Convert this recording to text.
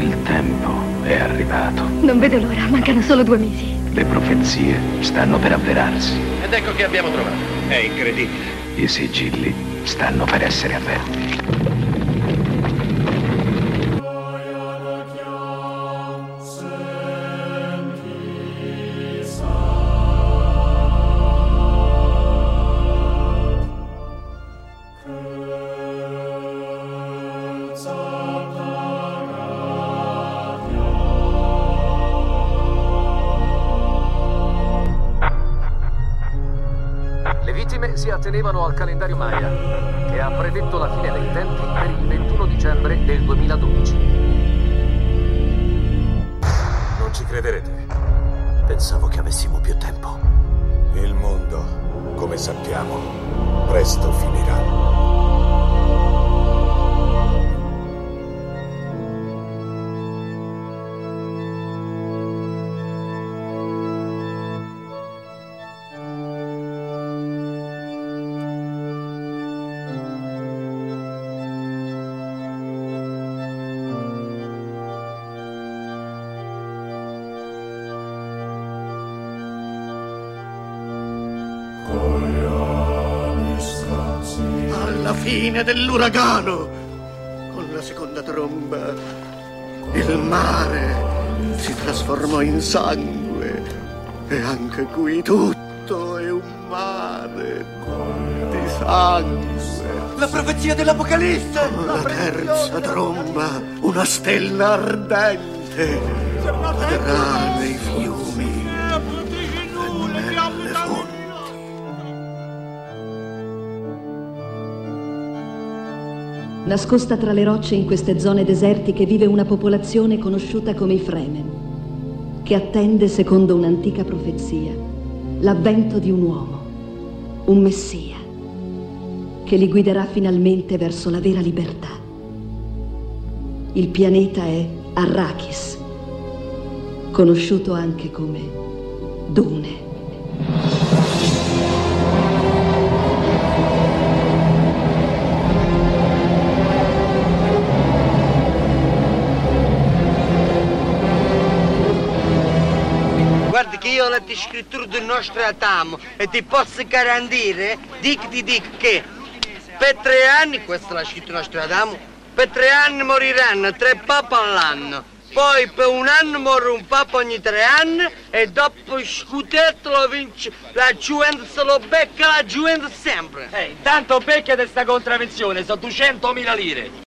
Il tempo è arrivato. Non vedo l'ora, mancano solo 2 mesi. Le profezie stanno per avverarsi. Ed ecco che abbiamo trovato. È incredibile. I sigilli stanno per essere aperti. Le vittime si attenevano al calendario Maya, che ha predetto la fine dei tempi per il 21 dicembre del 2012. Non ci crederete. Pensavo che avessimo più tempo. Il mondo, come sappiamo, presto finirà. Alla fine dell'uragano, con la seconda tromba, il mare si trasformò in sangue e anche qui tutto è un mare di sangue. La profezia dell'Apocalisse! Con la terza tromba, una stella ardente cadrà nei fiumi e nelle fonti. Nascosta tra le rocce in queste zone desertiche vive una popolazione conosciuta come i Fremen, che attende, secondo un'antica profezia, l'avvento di un uomo, un messia, che li guiderà finalmente verso la vera libertà. Il pianeta è Arrakis, conosciuto anche come Dune. Guardi che io ho letto scritture del Nostradamus e ti posso garantire, che per 3 anni, questa l'ha scritto Nostradamus, per 3 anni moriranno 3 papa all'anno, poi per 1 anno muore un papa ogni 3 anni e dopo il scudetto lo vince la Juventus, lo becca la Juventus sempre. Intanto becca di sta contravvenzione, sono 200.000 lire.